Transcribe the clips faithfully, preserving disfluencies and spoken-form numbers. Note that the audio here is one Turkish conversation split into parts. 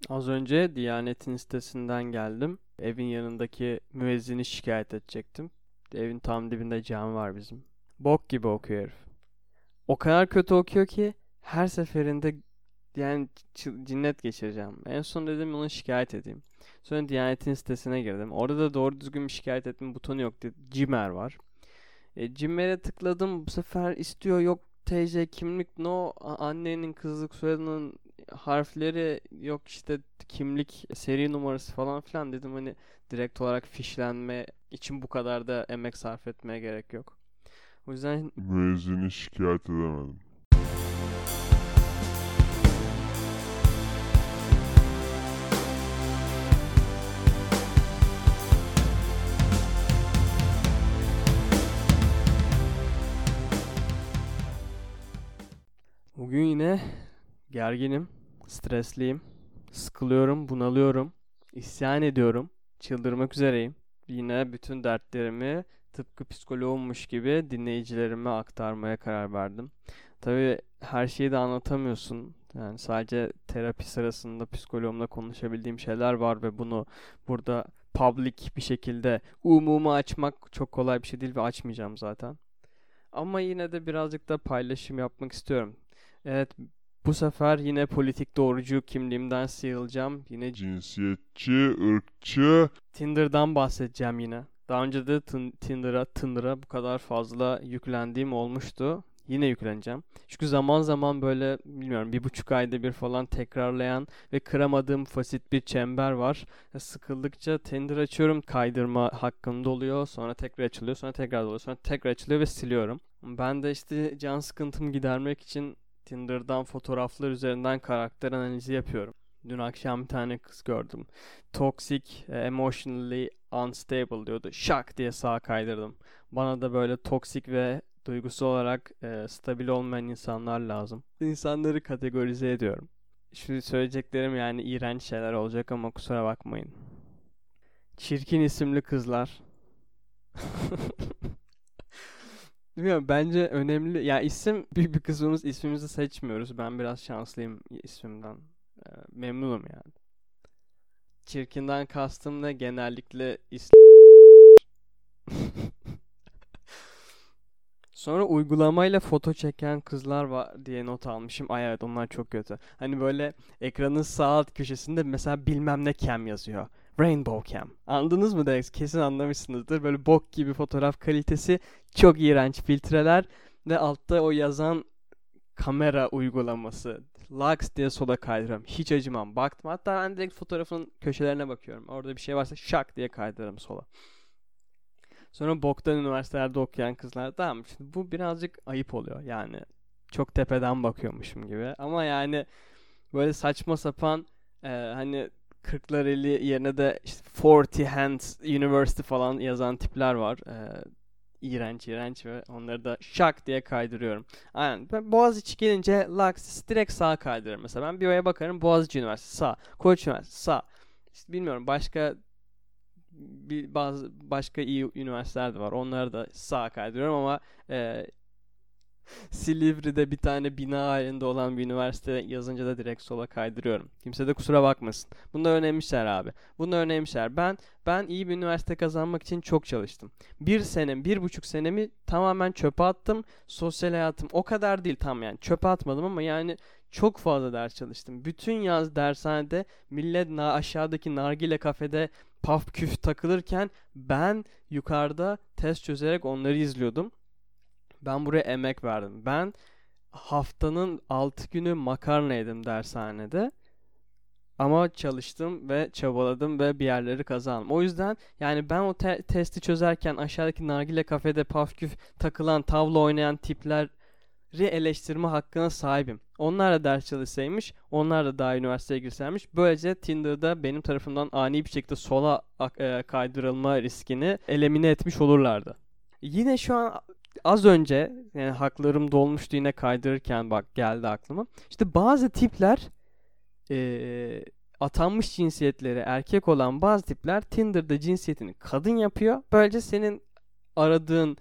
Az önce Diyanet'in sitesinden geldim. Evin yanındaki müezzini şikayet edecektim. Evin tam dibinde cami var bizim. Bok gibi okuyor herif. O kadar kötü okuyor ki her seferinde yani çı- cinnet geçireceğim. En son dedim onu şikayet edeyim. Sonra Diyanet'in sitesine girdim. Orada da doğru düzgün bir şikayet etme butonu yok. Cimer var. E, Cimer'e tıkladım. Bu sefer istiyor, yok T C kimlik, no annenin kızlık soyadının harfleri, yok işte kimlik seri numarası falan filan. Dedim hani direkt olarak fişlenme için bu kadar da emek sarf etmeye gerek yok. O yüzden Müezzini şikayet edemedim. bugün yine gerginim, stresliyim, sıkılıyorum, bunalıyorum, isyan ediyorum, çıldırmak üzereyim. Yine bütün dertlerimi tıpkı psikoloğummuş gibi dinleyicilerime aktarmaya karar verdim. Tabii her şeyi de anlatamıyorsun. Yani sadece terapi sırasında psikoloğumla konuşabildiğim şeyler var ve bunu burada public bir şekilde umuma açmak çok kolay bir şey değil ve açmayacağım zaten. Ama yine de birazcık da paylaşım yapmak istiyorum. Evet, bu sefer yine politik doğrucu kimliğimden sıyrılacağım. Yine Cinsiyetçi, ırkçı. Tinder'dan bahsedeceğim yine. Daha önce de tın- Tinder'a, Tinder'a bu kadar fazla yüklendiğim olmuştu. Yine yükleneceğim. Çünkü zaman zaman böyle bilmiyorum bir buçuk ayda bir falan tekrarlayan ve kıramadığım fasit bir çember var. Sıkıldıkça Tinder açıyorum, kaydırma hakkında oluyor. Sonra tekrar açılıyor, sonra tekrar oluyor, sonra tekrar açılıyor ve siliyorum. Ben de işte can sıkıntımı gidermek için Tinder'dan fotoğraflar üzerinden karakter analizi yapıyorum. Dün akşam bir tane kız gördüm. Toxic, e, emotionally unstable diyordu. Şak diye sağa kaydırdım. Bana da böyle toksik ve duygusal olarak e, stabil olmayan insanlar lazım. İnsanları kategorize ediyorum. Şu söyleyeceklerim yani iğrenç şeyler olacak ama kusura bakmayın. Çirkin isimli kızlar. Bilmiyorum, bence önemli. Ya isim, büyük bir kısmımız ismimizi seçmiyoruz. Ben biraz şanslıyım ismimden. E, memnunum yani. Çirkinden kastım da genellikle is Sonra uygulamayla foto çeken kızlar var diye not almışım. Ay evet, onlar çok kötü. Hani böyle ekranın sağ alt köşesinde mesela bilmem ne cam yazıyor. Rainbow cam. Anladınız mı Dex? Kesin anlamışsınızdır. Böyle bok gibi fotoğraf kalitesi, çok iğrenç filtreler ve altta o yazan kamera uygulaması. Lux diye sola kaydırıyorum. Hiç acımam. Baktım. Hatta ben direkt fotoğrafın köşelerine bakıyorum. Orada bir şey varsa şak diye kaydırırım sola. Sonra boktan üniversitelerde okuyan kızlar. Tamam, şimdi bu birazcık ayıp oluyor. Yani çok tepeden bakıyormuşum gibi. Ama yani böyle saçma sapan e, hani Kırklareli yerine de işte Forty Hands University falan yazan tipler var. E, iğrenç iğrenç ve onları da şak diye kaydırıyorum. Aynen. Ben Boğaziçi gelince Laxis direkt sağa kaydırıyorum. Mesela ben bir oya bakarım, Boğaziçi Üniversitesi sağ, Koç Üniversitesi sağ. İşte bilmiyorum, başka bir bazı başka iyi üniversiteler de var. Onları da sağa kaydırıyorum ama e, Silivri'de bir tane bina halinde olan bir üniversite yazınca da direkt sola kaydırıyorum. Kimse de kusura bakmasın. Bunlar önemli şeyler abi. Bunlar önemli şeyler. Ben ben iyi bir üniversite kazanmak için çok çalıştım. Bir senem, bir buçuk senemi tamamen çöpe attım. Sosyal hayatım o kadar değil tam, yani çöpe atmadım ama yani çok fazla ders çalıştım. Bütün yaz dershanede millet na aşağıdaki nargile kafede paf küf takılırken ben yukarıda test çözerek onları izliyordum. Ben buraya emek verdim. Ben haftanın altı günü makarna yedim dershanede. Ama çalıştım ve çabaladım ve bir yerleri kazandım. O yüzden yani ben o te- testi çözerken aşağıdaki nargile kafede pafküf takılan, tavla oynayan tipleri eleştirme hakkına sahibim. Onlar da ders çalışsaymış, onlar da daha üniversiteye girseymiş. Böylece Tinder'da benim tarafımdan ani bir şekilde sola e, kaydırılma riskini elimine etmiş olurlardı. Yine şu an az önce yani haklarım dolmuştu yine kaydırırken bak geldi aklıma. İşte bazı tipler eee, atanmış cinsiyetleri erkek olan bazı tipler Tinder'da cinsiyetini kadın yapıyor. Böylece senin aradığın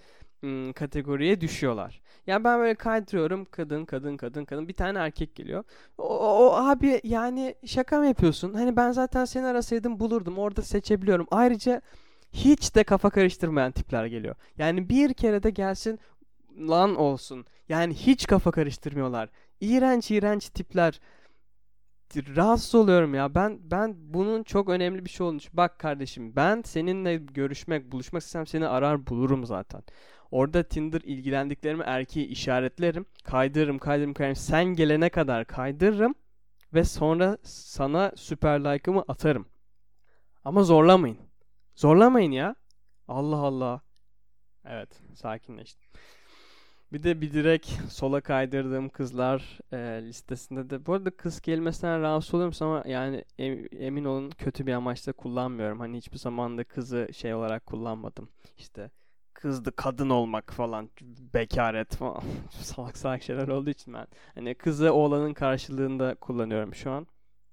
ım, kategoriye düşüyorlar. Ya ben böyle kaydırıyorum, kadın kadın kadın kadın, bir tane erkek geliyor. O, o- o abi yani şaka mı yapıyorsun? Hani ben zaten seni arasaydım bulurdum, orada seçebiliyorum. Ayrıca hiç de kafa karıştırmayan tipler geliyor. Yani bir kere de gelsin lan olsun. Yani hiç kafa karıştırmıyorlar. İğrenç iğrenç tipler. Rahatsız oluyorum ya. Ben ben bunun çok önemli bir şey olmuş. Bak kardeşim, ben seninle görüşmek, buluşmak istesem seni arar bulurum zaten. Orada Tinder ilgilendiklerimi erkeği işaretlerim. Kaydırırım, kaydırırım, kaydırırım. Sen gelene kadar kaydırırım ve sonra sana süper like'ımı atarım. Ama zorlamayın. Zorlamayın ya. Allah Allah. Evet, sakinleştim. Bir de bir direkt sola kaydırdığım kızlar e, listesinde de. Bu arada kız kelimesinden rahatsız oluyor musun, ama yani em- emin olun kötü bir amaçla kullanmıyorum. Hani hiçbir zaman da kızı şey olarak kullanmadım. İşte kızdı kadın olmak falan, bekaret falan, salak salak şeyler olduğu için ben hani kızı oğlanın karşılığında kullanıyorum şu an.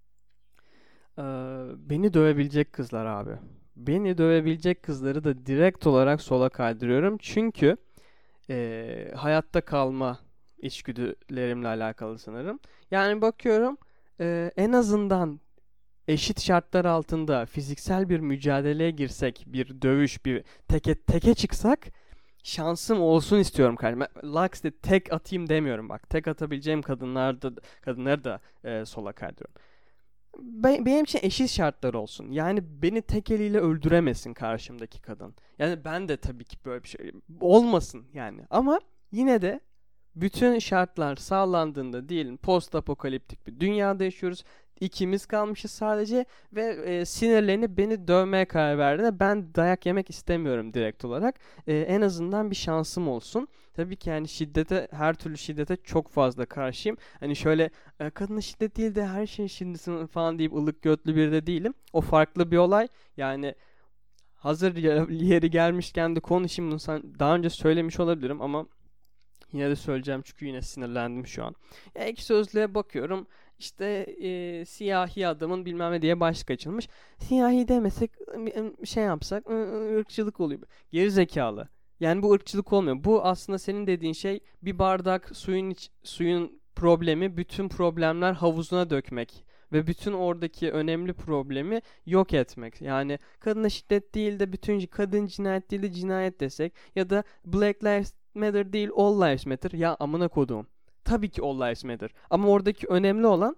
Ee, Beni dövebilecek kızlar abi. Beni dövebilecek kızları da direkt olarak sola kaydırıyorum. Çünkü eee, hayatta kalma içgüdülerimle alakalı sanırım. Yani bakıyorum, eee, en azından eşit şartlar altında fiziksel bir mücadeleye girsek, bir dövüş, bir teke teke çıksak şansım olsun istiyorum kardeşim. Laks de tek atayım demiyorum bak. Tek atabileceğim kadınlar da kadınları da eee, sola kaydırıyorum. Be- benim için eşit şartlar olsun. Yani beni tek eliyle öldüremesin karşımdaki kadın. Yani ben de tabii ki böyle bir şey olmasın yani. Ama yine de bütün şartlar sağlandığında, diyelim post apokaliptik bir dünyada yaşıyoruz. İkimiz kalmışız sadece ve e, sinirlenip beni dövmeye karar verdiğinde ben dayak yemek istemiyorum direkt olarak. E, en azından bir şansım olsun. Tabii ki yani şiddete, her türlü şiddete çok fazla karşıyım. Hani şöyle e, kadına şiddet değil de her şey şiddet falan deyip ılık götlü bir de değilim. O farklı bir olay. Yani hazır yeri gelmişken de konuşayım bunu. Sen daha önce söylemiş olabilirim ama yine de söyleyeceğim çünkü yine sinirlendim şu an. Ya ek sözlüğe bakıyorum. İşte e, siyahi adamın bilmem ne diye başlık açılmış. Siyahi demesek, şey yapsak, ırkçılık oluyor. Geri zekalı. Yani bu ırkçılık olmuyor. Bu aslında senin dediğin şey, bir bardak suyun iç, suyun problemi bütün problemler havuzuna dökmek ve bütün oradaki önemli problemi yok etmek. Yani kadına şiddet değil de bütün kadın cinayet değil de cinayet desek, ya da Black Lives Matter değil All Lives Matter. Ya amına koduğum. Tabii ki All Lives Matter. Ama oradaki önemli olan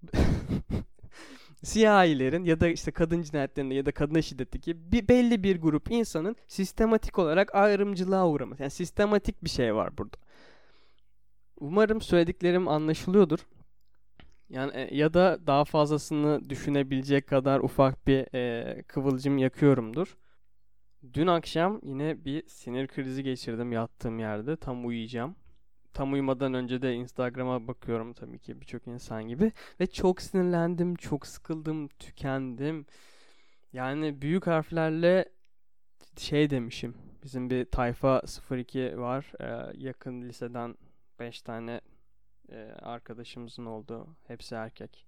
siyahilerin ya da işte kadın cinayetlerinde ya da kadına şiddetteki bir belli bir grup insanın sistematik olarak ayrımcılığa uğraması. Yani sistematik bir şey var burada. Umarım söylediklerim anlaşılıyordur. Yani e, ya da daha fazlasını düşünebilecek kadar ufak bir e, kıvılcım yakıyorumdur. Dün akşam yine bir sinir krizi geçirdim yattığım yerde. Tam uyuyacağım. Tam uyumadan önce de Instagram'a bakıyorum tabii ki birçok insan gibi. Ve çok sinirlendim, çok sıkıldım, tükendim. Yani büyük harflerle şey demişim. Bizim bir tayfa sıfır iki var. Ee, yakın liseden beş tane e, arkadaşımızın olduğu. Hepsi erkek.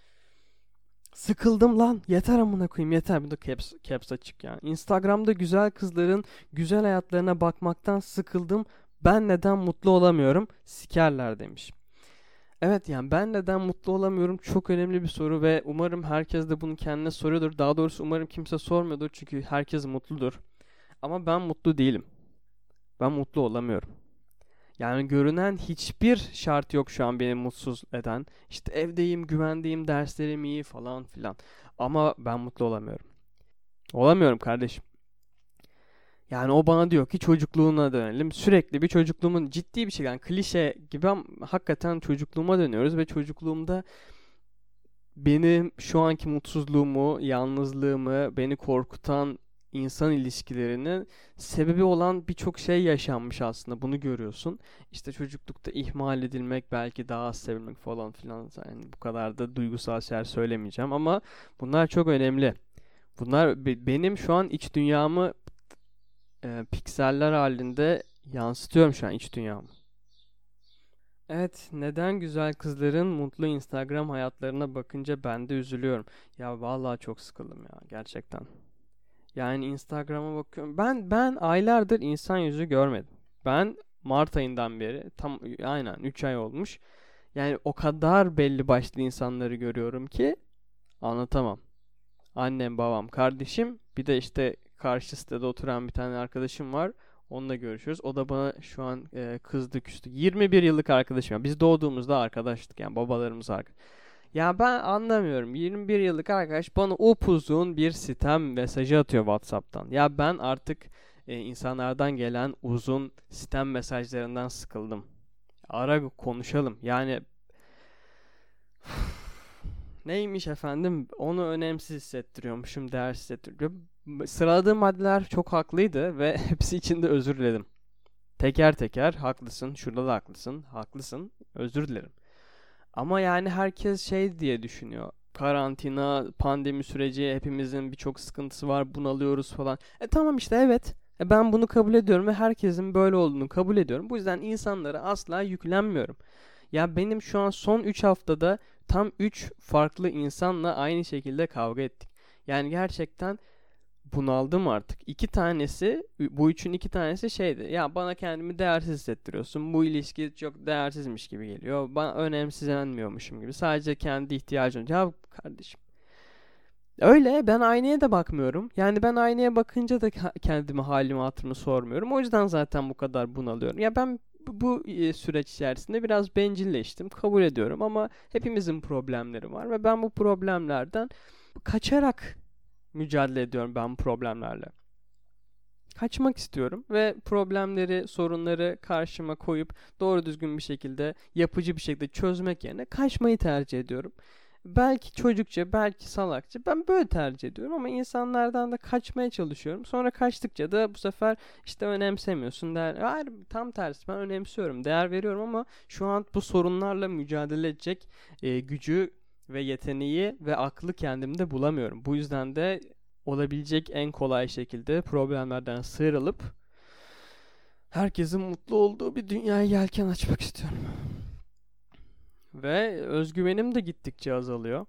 Sıkıldım lan. Yeter amına koyayım, yeter. Bir de caps, caps açık yani. Instagram'da güzel kızların güzel hayatlarına bakmaktan sıkıldım. Ben neden mutlu olamıyorum? Sikerler demiş. Evet, yani ben neden mutlu olamıyorum çok önemli bir soru ve umarım herkes de bunu kendine soruyordur. Daha doğrusu umarım kimse sormuyordur çünkü herkes mutludur. Ama ben mutlu değilim. Ben mutlu olamıyorum. Yani görünen hiçbir şart yok şu an beni mutsuz eden. İşte evdeyim, güvendeyim, derslerim iyi falan filan. Ama ben mutlu olamıyorum. Olamıyorum kardeşim. Yani o bana diyor ki çocukluğuna dönelim. Sürekli bir çocukluğumun, ciddi bir şey yani klişe gibi ama hakikaten çocukluğuma dönüyoruz ve çocukluğumda benim şu anki mutsuzluğumu, yalnızlığımı, beni korkutan insan ilişkilerinin sebebi olan birçok şey yaşanmış aslında. Bunu görüyorsun. İşte çocuklukta ihmal edilmek, belki daha az sevilmek falan filan. Yani bu kadar da duygusal şeyler söylemeyeceğim ama bunlar çok önemli. Bunlar be- benim şu an iç dünyamı e, pikseller halinde yansıtıyorum şu an iç dünyamı. Evet, neden güzel kızların mutlu Instagram hayatlarına bakınca ben de üzülüyorum. Ya vallahi çok sıkıldım ya gerçekten. Yani Instagram'a bakıyorum. Ben ben aylardır insan yüzü görmedim. Ben Mart ayından beri tam aynen üç ay olmuş. Yani o kadar belli başlı insanları görüyorum ki anlatamam. Annem, babam, kardeşim, bir de işte karşı sitede oturan bir tane arkadaşım var. Onunla görüşüyoruz. O da bana şu an e, kızdı küstü. yirmi bir yıllık arkadaşım. Yani biz doğduğumuzda arkadaştık, yani babalarımız arkadaş. Ya ben anlamıyorum. yirmi bir yıllık arkadaş bana upuzun bir sitem mesajı atıyor WhatsApp'tan. Ya ben artık e, insanlardan gelen uzun sitem mesajlarından sıkıldım. Ara konuşalım. Yani neymiş efendim? Onu önemsiz hissettiriyormuşum, değersiz hissettiriyor. Sıraladığım maddeler çok haklıydı ve hepsi için de özür diledim. Teker teker haklısın, şurada da haklısın, haklısın, özür dilerim. Ama yani herkes şey diye düşünüyor. Karantina, pandemi süreci, hepimizin birçok sıkıntısı var, bunalıyoruz falan. E tamam işte, evet. E ben bunu kabul ediyorum ve herkesin böyle olduğunu kabul ediyorum. Bu yüzden insanlara asla yüklenmiyorum. Ya benim şu an son üç haftada tam üç farklı insanla aynı şekilde kavga ettik. Yani gerçekten bunaldım artık. İki tanesi, bu üçün iki tanesi şeydi. Ya bana kendimi değersiz hissettiriyorsun. Bu ilişki çok değersizmiş gibi geliyor. Bana önemsizlenmiyormuşum gibi. Sadece kendi ihtiyacım. Ya kardeşim. Öyle, ben aynaya da bakmıyorum. Yani ben aynaya bakınca da kendime halimi hatırımı sormuyorum. O yüzden zaten bu kadar bunalıyorum. Ya ben bu süreç içerisinde biraz bencilleştim. Kabul ediyorum ama hepimizin problemleri var ve ben bu problemlerden kaçarak mücadele ediyorum ben bu problemlerle. Kaçmak istiyorum ve problemleri, sorunları karşıma koyup doğru düzgün bir şekilde, yapıcı bir şekilde çözmek yerine kaçmayı tercih ediyorum. Belki çocukça, belki salakça, ben böyle tercih ediyorum ama insanlardan da kaçmaya çalışıyorum. Sonra kaçtıkça da bu sefer işte önemsemiyorsun. Değer... Hayır, tam tersi, ben önemsiyorum, değer veriyorum ama şu an bu sorunlarla mücadele edecek e, gücü ve yeteneği ve aklı kendimde bulamıyorum. Bu yüzden de olabilecek en kolay şekilde problemlerden sıyrılıp herkesin mutlu olduğu bir dünyaya yelken açmak istiyorum. Ve özgüvenim de gittikçe azalıyor.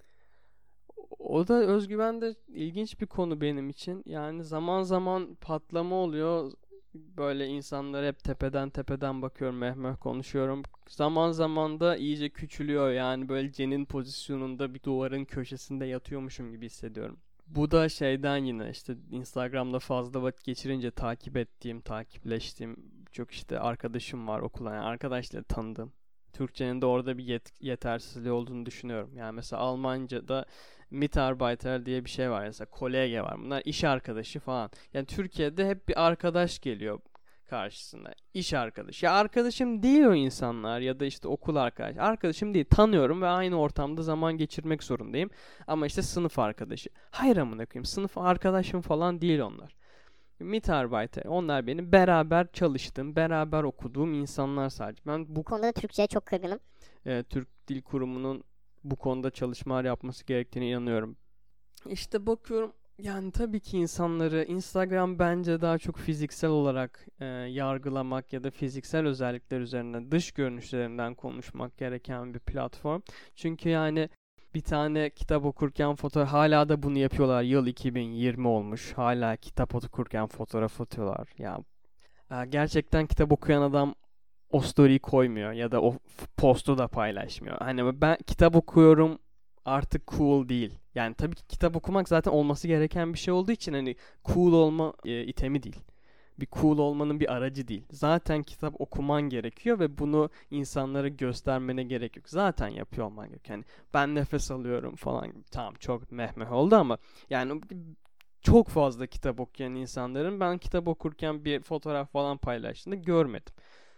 O da, özgüven de ilginç bir konu benim için. Yani zaman zaman patlama oluyor. Böyle insanlar hep tepeden tepeden bakıyorum, mehmeh konuşuyorum. Zaman zaman da iyice küçülüyor. Yani böyle cenin pozisyonunda bir duvarın köşesinde yatıyormuşum gibi hissediyorum. Bu da şeyden, yine işte Instagram'da fazla vakit geçirince takip ettiğim, takipleştiğim çok işte arkadaşım var okuldan. Yani arkadaşları tanıdığım. Türkçenin de orada bir yet- yetersizliği olduğunu düşünüyorum. Yani mesela Almanca'da Mitarbeiter diye bir şey var. Mesela kolege var. Bunlar iş arkadaşı falan. Yani Türkiye'de hep bir arkadaş geliyor karşısına. İş arkadaşı. Ya arkadaşım değil o insanlar, ya da işte okul arkadaş. Arkadaşım değil. Tanıyorum ve aynı ortamda zaman geçirmek zorundayım. Ama işte sınıf arkadaşı. Hayır amına koyayım. Sınıf arkadaşım falan değil onlar. Mitarbeiter. Onlar benim beraber çalıştığım, beraber okuduğum insanlar sadece. Ben bu Bu konuda Türkçe'ye çok kırgınım. e, Türk Dil Kurumu'nun bu konuda çalışmalar yapması gerektiğine inanıyorum. İşte bakıyorum, yani tabii ki insanları Instagram bence daha çok fiziksel olarak e, yargılamak ya da fiziksel özellikler üzerinden, dış görünüşlerinden konuşmak gereken bir platform. Çünkü yani bir tane kitap okurken fotoğraf, hala da bunu yapıyorlar. Yıl iki bin yirmi olmuş. Hala kitap okurken fotoğraf atıyorlar. Ya e, gerçekten kitap okuyan adam o story'i koymuyor ya da o postu da paylaşmıyor. Hani ben kitap okuyorum artık cool değil. Yani tabii ki kitap okumak zaten olması gereken bir şey olduğu için hani cool olma e, itemi değil. Bir cool olmanın bir aracı değil. Zaten kitap okuman gerekiyor ve bunu insanlara göstermene gerek yok. Zaten yapıyor olman gerekiyor. Yani ben nefes alıyorum falan. Tamam, çok mehmeh oldu ama yani çok fazla kitap okuyan insanların ben kitap okurken bir fotoğraf falan paylaştığını görmedim.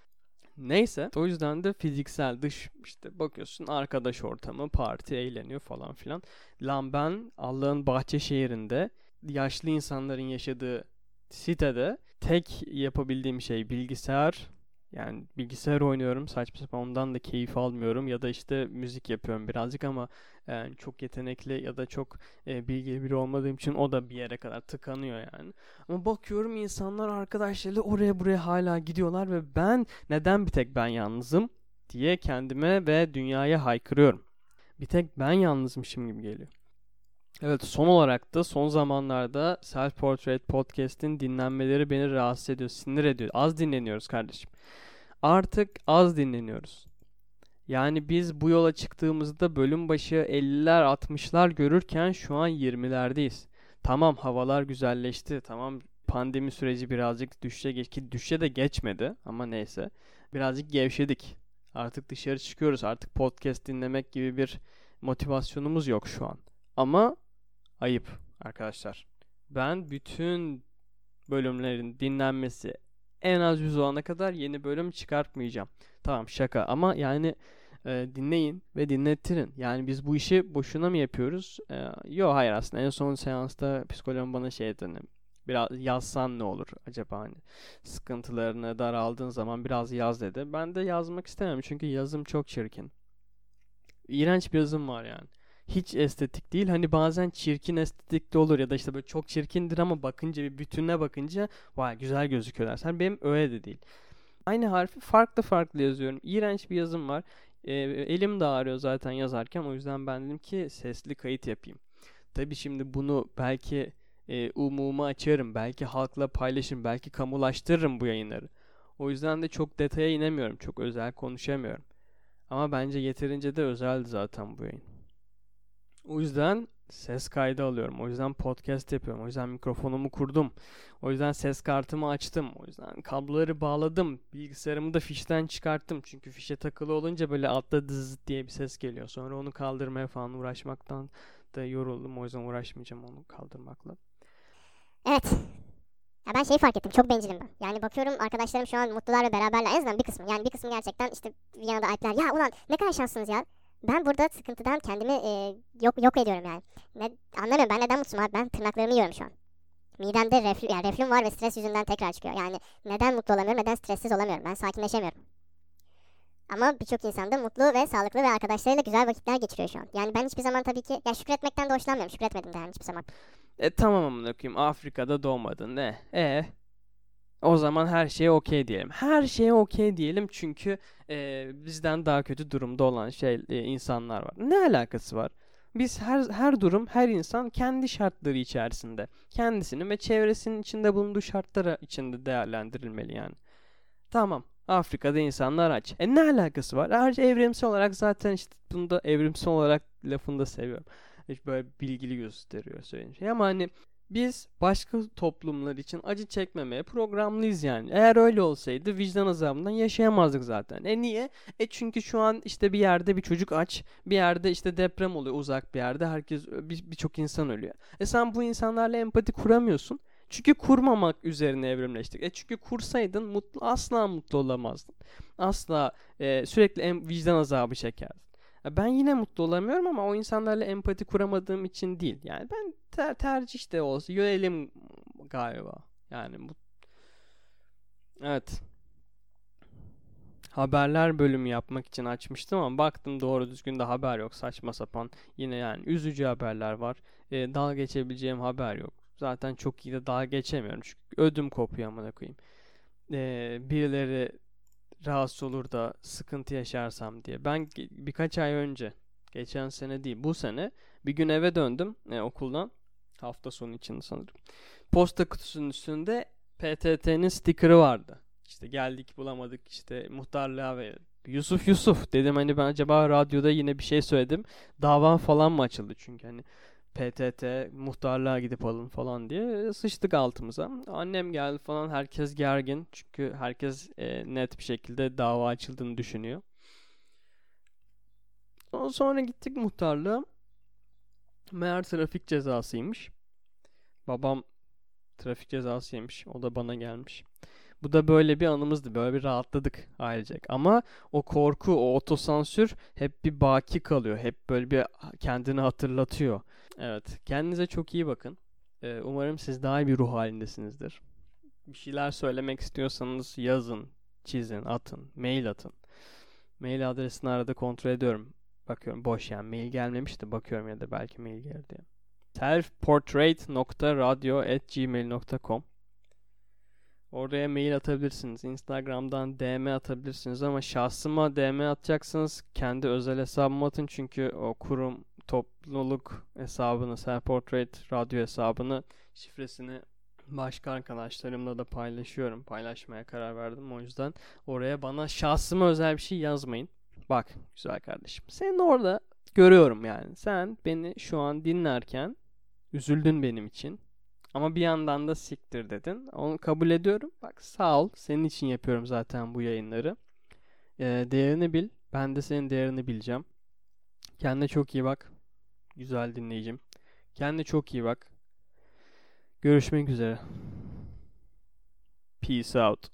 Neyse, o yüzden de fiziksel, dış işte bakıyorsun arkadaş ortamı, parti, eğleniyor falan filan. Lan ben Allah'ın Bahçeşehir'inde yaşlı insanların yaşadığı sitede tek yapabildiğim şey bilgisayar. Yani bilgisayar oynuyorum, saçma sapan, ondan da keyif almıyorum ya da işte müzik yapıyorum birazcık ama yani çok yetenekli ya da çok e, bilgili biri olmadığım için o da bir yere kadar tıkanıyor yani. Ama bakıyorum insanlar arkadaşlarıyla oraya buraya hala gidiyorlar ve ben neden bir tek ben yalnızım diye kendime ve dünyaya haykırıyorum. Bir tek ben yalnızmışım gibi geliyor. Evet, son olarak da son zamanlarda Self Portrait Podcast'in dinlenmeleri beni rahatsız ediyor, sinir ediyor. Az dinleniyoruz kardeşim. Artık az dinleniyoruz. Yani biz bu yola çıktığımızda bölüm başı elliler altmışlar görürken şu an yirmilerdeyiz. Tamam, havalar güzelleşti. Tamam, pandemi süreci birazcık düşüşe geç ki düşüşe de geçmedi ama neyse. Birazcık gevşedik. Artık dışarı çıkıyoruz. Artık podcast dinlemek gibi bir motivasyonumuz yok şu an. Ama ayıp arkadaşlar. Ben bütün bölümlerin dinlenmesi en az yüz olana kadar yeni bölüm çıkartmayacağım. Tamam, şaka ama yani e, dinleyin ve dinlettirin. Yani biz bu işi boşuna mı yapıyoruz? E, yok, hayır, aslında en son seansta psikologum bana şey dedi. Biraz yazsan ne olur acaba, hani sıkıntılarını daraldığın zaman biraz yaz dedi. Ben de yazmak istemem çünkü yazım çok çirkin. İğrenç bir yazım var yani. Hiç estetik değil. Hani bazen çirkin estetik de olur ya da işte böyle çok çirkindir ama bakınca bir bütününe bakınca vay güzel gözüküyor dersen. Benim öyle de değil. Aynı harfi farklı farklı yazıyorum. İğrenç bir yazım var. Ee, elim de ağrıyor zaten yazarken. O yüzden ben dedim ki sesli kayıt yapayım. Tabii şimdi bunu belki e, umumu açarım. Belki halkla paylaşırım. Belki kamulaştırırım bu yayınları. O yüzden de çok detaya inemiyorum. Çok özel konuşamıyorum. Ama bence yeterince de özeldi zaten bu yayın. O yüzden ses kaydı alıyorum. O yüzden podcast yapıyorum. O yüzden mikrofonumu kurdum. O yüzden ses kartımı açtım. O yüzden kabloları bağladım. Bilgisayarımı da fişten çıkarttım. Çünkü fişe takılı olunca böyle altta dız diye bir ses geliyor. Sonra onu kaldırmaya falan uğraşmaktan da yoruldum. O yüzden uğraşmayacağım onu kaldırmakla. Evet. Ya ben şeyi fark ettim. Çok bencilim ben. Yani bakıyorum arkadaşlarım şu an mutlular ve beraberler. En azından bir kısmı. Yani bir kısmı gerçekten işte Viyana'da Alpler. Ya ulan ne kadar şanslısınız ya. Ben burada sıkıntıdan kendimi e, yok yok ediyorum yani. Ne, anlamıyorum ben neden mutsuzum abi. Ben tırnaklarımı yiyorum şu an. Midemde reflü, yani reflüm var ve stres yüzünden tekrar çıkıyor. Yani neden mutlu olamıyorum, neden stressiz olamıyorum. Ben sakinleşemiyorum. Ama birçok insan da mutlu ve sağlıklı ve arkadaşlarıyla güzel vakitler geçiriyor şu an. Yani ben hiçbir zaman tabii ki ya şükretmekten de hoşlanmıyorum. Şükretmedim de yani hiçbir zaman. E tamam, amına koyayım, Afrika'da doğmadın ne? E o zaman her şeye okey diyelim. Her şeye okey diyelim çünkü e, bizden daha kötü durumda olan şey e, insanlar var. Ne alakası var? Biz her her durum, her insan kendi şartları içerisinde, kendisinin ve çevresinin içinde bulunduğu şartları içinde değerlendirilmeli yani. Tamam. Afrika'da insanlar aç. E ne alakası var? Ayrıca evrimsel olarak zaten işte bunda evrimsel olarak lafını da seviyorum. Hiç böyle bilgili gösteriyor söylediğim şey. Ama hani biz başka toplumlar için acı çekmemeye programlıyız yani. Eğer öyle olsaydı vicdan azabından yaşayamazdık zaten. E niye? E çünkü şu an işte bir yerde bir çocuk aç. Bir yerde işte deprem oluyor uzak bir yerde. Herkes birçok insan ölüyor. E sen bu insanlarla empati kuramıyorsun. Çünkü kurmamak üzerine evrimleştik. E çünkü kursaydın mutlu, asla mutlu olamazdın. Asla e, sürekli em, vicdan azabı çekerdin. E ben yine mutlu olamıyorum ama o insanlarla empati kuramadığım için değil. Yani ben ter, tercih de olsa yönelim galiba. Yani bu... Evet. Haberler bölümü yapmak için açmıştım ama baktım doğru düzgün de haber yok. Saçma sapan yine yani üzücü haberler var. E, dalga geçebileceğim haber yok. Zaten çok iyi de dalga geçemiyorum çünkü ödüm kopuyor amına koyayım. Ee, birileri rahatsız olur da sıkıntı yaşarsam diye. Ben ge- birkaç ay önce, geçen sene değil bu sene bir gün eve döndüm e, okuldan. Hafta sonu için sanırım. Posta kutusunun üstünde P T T'nin sticker'ı vardı. İşte geldik bulamadık işte muhtarlığa ve Yusuf Yusuf dedim, hani ben acaba radyoda yine bir şey söyledim. Dava falan mı açıldı çünkü hani P T T muhtarlığa gidip alın falan diye sıçtık altımıza. Annem geldi falan, herkes gergin çünkü herkes e, net bir şekilde dava açıldığını düşünüyor. Sonra gittik muhtarlığa. Meğer trafik cezasıymış. Babam trafik cezası yemiş. O da bana gelmiş. Bu da böyle bir anımızdı. Böyle bir rahatladık ailecek. Ama o korku, o otosansür hep bir baki kalıyor. Hep böyle bir kendini hatırlatıyor. Evet. Kendinize çok iyi bakın. Ee, umarım siz daha iyi bir ruh halindesinizdir. Bir şeyler söylemek istiyorsanız yazın, çizin, atın, mail atın. Mail adresini arada kontrol ediyorum. Bakıyorum boş yani. Mail gelmemiş de bakıyorum ya da belki mail gelir diye. selfportrait nokta radio at gmail nokta com Oraya mail atabilirsiniz. Instagram'dan D M atabilirsiniz ama şahsıma D M atacaksınız. Kendi özel hesabıma atın çünkü o kurum topluluk hesabını, Self-Portrait radyo hesabını, şifresini başka arkadaşlarımla da paylaşıyorum. Paylaşmaya karar verdim. O yüzden oraya bana şahsıma özel bir şey yazmayın. Bak güzel kardeşim. Seni orada görüyorum yani. Sen beni şu an dinlerken üzüldün benim için. Ama bir yandan da siktir dedin. Onu kabul ediyorum. Bak sağ ol. Senin için yapıyorum zaten bu yayınları. Ee, değerini bil. Ben de senin değerini bileceğim. Kendine çok iyi bak. Güzel dinleyicim. Kendine çok iyi bak. Görüşmek üzere. Peace out.